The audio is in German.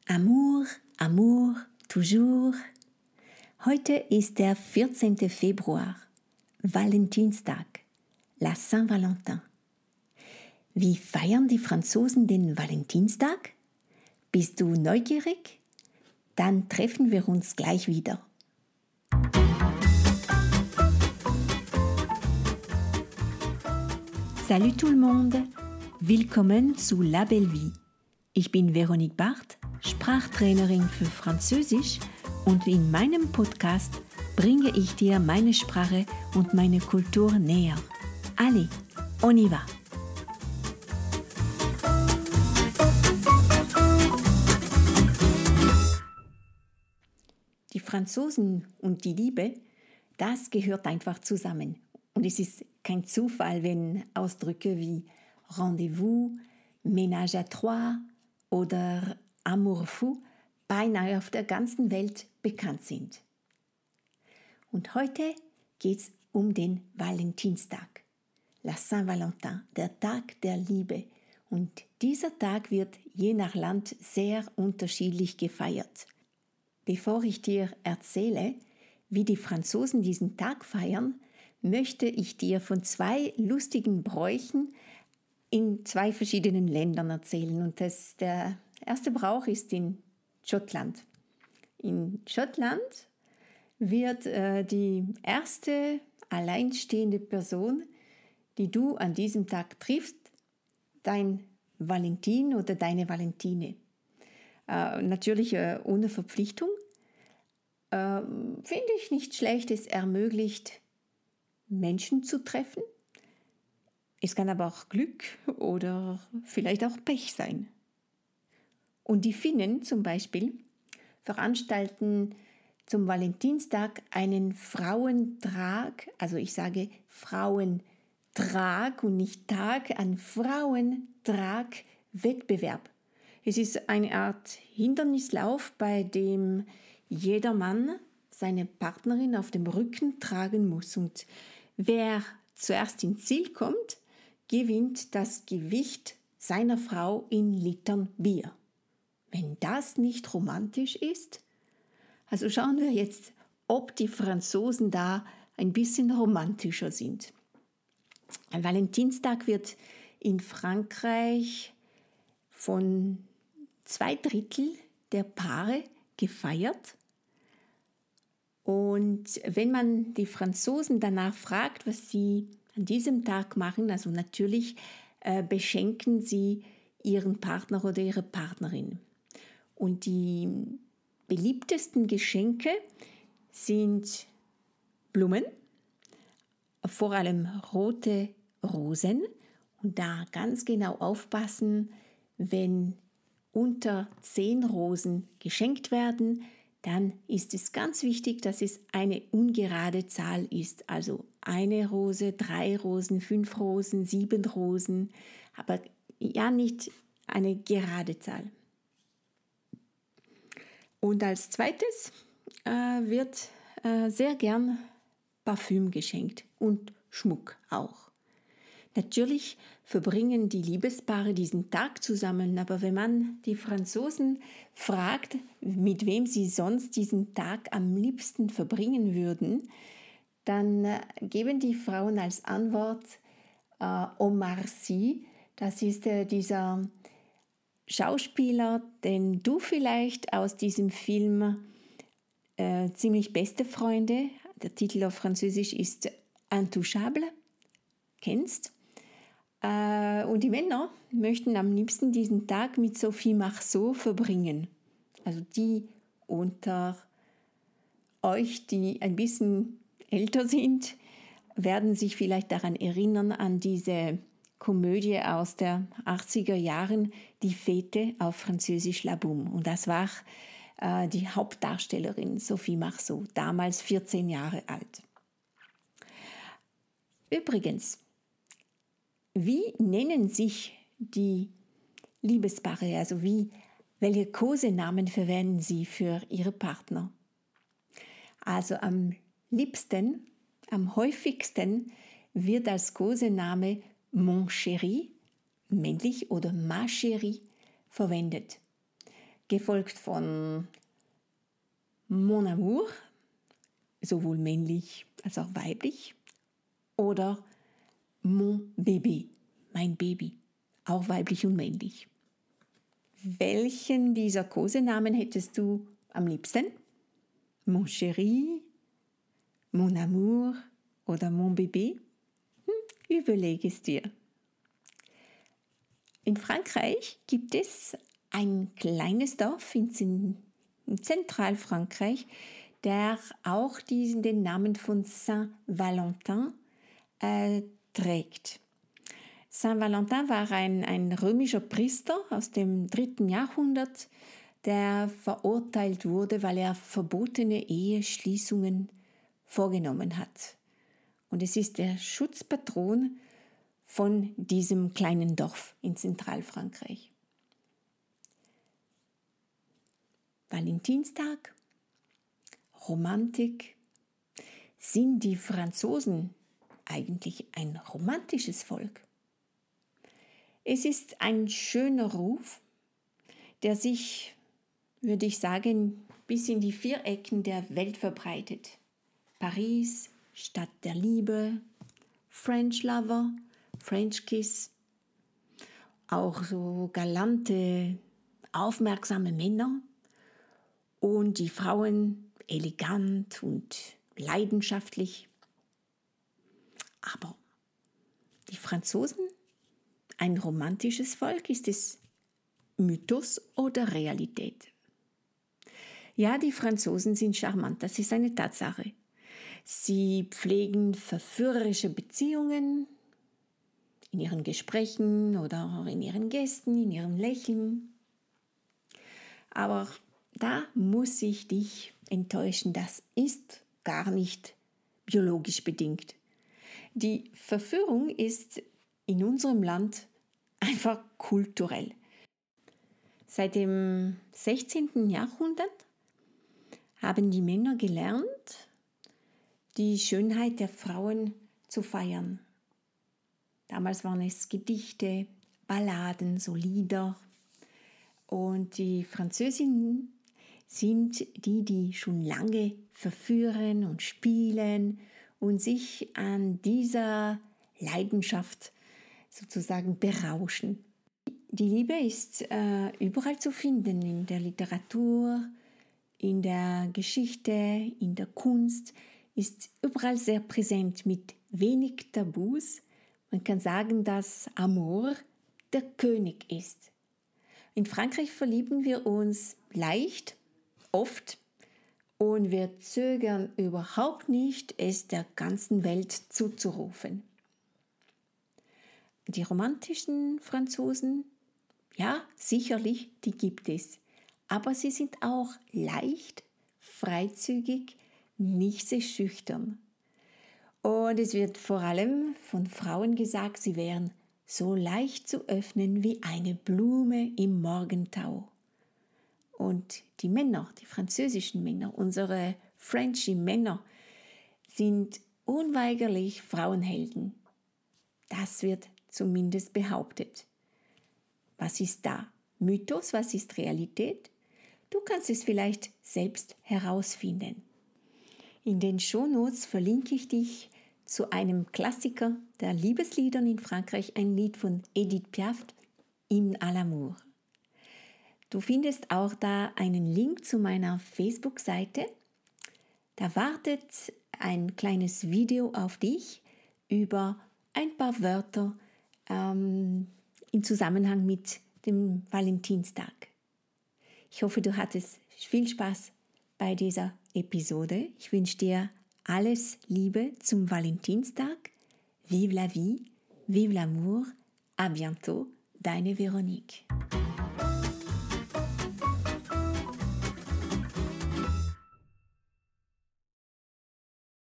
Amour, Amour, toujours. Heute ist der 14. Februar, Valentinstag, la Saint-Valentin. Wie feiern die Franzosen den Valentinstag? Bist du neugierig? Dann treffen wir uns gleich wieder. Salut tout le monde! Willkommen zu La Belle Vie. Ich bin Véronique Barth, Sprachtrainerin für Französisch und in meinem Podcast bringe ich dir meine Sprache und meine Kultur näher. Allez, on y va! Die Franzosen und die Liebe, das gehört einfach zusammen. Und es ist kein Zufall, wenn Ausdrücke wie Rendezvous, Ménage à trois oder Amour fou beinahe auf der ganzen Welt bekannt sind. Und heute geht es um den Valentinstag, la Saint-Valentin, der Tag der Liebe. Und dieser Tag wird je nach Land sehr unterschiedlich gefeiert. Bevor ich dir erzähle, wie die Franzosen diesen Tag feiern, möchte ich dir von zwei lustigen Bräuchen in zwei verschiedenen Ländern erzählen. Und der erste Brauch ist in Schottland. In Schottland wird die erste alleinstehende Person, die du an diesem Tag triffst, dein Valentin oder deine Valentine. Natürlich ohne Verpflichtung. Finde ich nicht schlecht, es ermöglicht, Menschen zu treffen. Es kann aber auch Glück oder vielleicht auch Pech sein. Und die Finnen zum Beispiel veranstalten zum Valentinstag einen Frauentrag, also ich sage Frauentrag und nicht Tag, ein Frauentrag-Wettbewerb. Es ist eine Art Hindernislauf, bei dem jeder Mann seine Partnerin auf dem Rücken tragen muss. Und wer zuerst ins Ziel kommt, gewinnt das Gewicht seiner Frau in Litern Bier. Wenn das nicht romantisch ist? Also schauen wir jetzt, ob die Franzosen da ein bisschen romantischer sind. Ein Valentinstag wird in Frankreich von 2/3 der Paare gefeiert. Und wenn man die Franzosen danach fragt, was sie an diesem Tag machen, also natürlich beschenken sie ihren Partner oder ihre Partnerin. Und die beliebtesten Geschenke sind Blumen, vor allem rote Rosen. Und da ganz genau aufpassen, wenn unter 10 Rosen geschenkt werden, dann ist es ganz wichtig, dass es eine ungerade Zahl ist. Also 1 Rose, 3 Rosen, 5 Rosen, 7 Rosen, aber ja nicht eine gerade Zahl. Und als zweites wird sehr gern Parfüm geschenkt und Schmuck auch. Natürlich verbringen die Liebespaare diesen Tag zusammen, aber wenn man die Franzosen fragt, mit wem sie sonst diesen Tag am liebsten verbringen würden, dann geben die Frauen als Antwort Omar Sy. Das ist dieser Schauspieler, den du vielleicht aus diesem Film Ziemlich beste Freunde, der Titel auf Französisch ist Intouchable, kennst. Und die Männer möchten am liebsten diesen Tag mit Sophie Marceau verbringen. Also die unter euch, die ein bisschen älter sind, werden sich vielleicht daran erinnern, an diese Komödie aus der 80er Jahren, Die Fete auf Französisch La Boum. Und das war die Hauptdarstellerin Sophie Marceau, damals 14 Jahre alt. Übrigens, wie nennen sich die Liebespaare, also welche Kosenamen verwenden sie für ihre Partner? Also am liebsten, am häufigsten wird als Kosename Mon Chéri, männlich, oder Ma Chérie verwendet. gefolgt von Mon Amour, sowohl männlich als auch weiblich, oder Mon Bébé, mein Baby, auch weiblich und männlich. Welchen dieser Kosenamen hättest du am liebsten? Mon Chéri, Mon Amour oder Mon Bébé? Überlege es dir. In Frankreich gibt es ein kleines Dorf in Zentralfrankreich, der auch den Namen von Saint-Valentin trägt. Saint-Valentin war ein römischer Priester aus dem 3. Jahrhundert, der verurteilt wurde, weil er verbotene Eheschließungen vorgenommen hat. Und es ist der Schutzpatron von diesem kleinen Dorf in Zentralfrankreich. Valentinstag, Romantik. Sind die Franzosen eigentlich ein romantisches Volk? Es ist ein schöner Ruf, der sich, würde ich sagen, bis in die 4 Ecken der Welt verbreitet. Paris, Stadt der Liebe, French Lover, French Kiss, auch so galante, aufmerksame Männer und die Frauen elegant und leidenschaftlich. Aber die Franzosen, ein romantisches Volk, ist es Mythos oder Realität? Ja, die Franzosen sind charmant, das ist eine Tatsache. Sie pflegen verführerische Beziehungen in ihren Gesprächen oder in ihren Gesten, in ihrem Lächeln. Aber da muss ich dich enttäuschen, das ist gar nicht biologisch bedingt. Die Verführung ist in unserem Land einfach kulturell. Seit dem 16. Jahrhundert haben die Männer gelernt, die Schönheit der Frauen zu feiern. Damals waren es Gedichte, Balladen, so Lieder. Und die Französinnen sind die schon lange verführen und spielen und sich an dieser Leidenschaft sozusagen berauschen. Die Liebe ist überall zu finden, in der Literatur, in der Geschichte, in der Kunst, ist überall sehr präsent mit wenig Tabus. Man kann sagen, dass Amour der König ist. In Frankreich verlieben wir uns leicht, oft, und wir zögern überhaupt nicht, es der ganzen Welt zuzurufen. Die romantischen Franzosen, ja, sicherlich, die gibt es. Aber sie sind auch leicht, freizügig, nicht sehr schüchtern. Und es wird vor allem von Frauen gesagt, sie wären so leicht zu öffnen wie eine Blume im Morgentau. Und die Männer, die französischen Männer, unsere Frenchy Männer, sind unweigerlich Frauenhelden. Das wird zumindest behauptet. Was ist da Mythos, was ist Realität? Du kannst es vielleicht selbst herausfinden. In den Shownotes verlinke ich dich zu einem Klassiker der Liebesliedern in Frankreich, ein Lied von Edith Piaf, Hymne à l'amour. Du findest auch da einen Link zu meiner Facebook-Seite. Da wartet ein kleines Video auf dich über ein paar Wörter im Zusammenhang mit dem Valentinstag. Ich hoffe, du hattest viel Spaß bei dieser Episode. Ich wünsche dir alles Liebe zum Valentinstag. Vive la vie, vive l'amour. À bientôt, deine Veronique.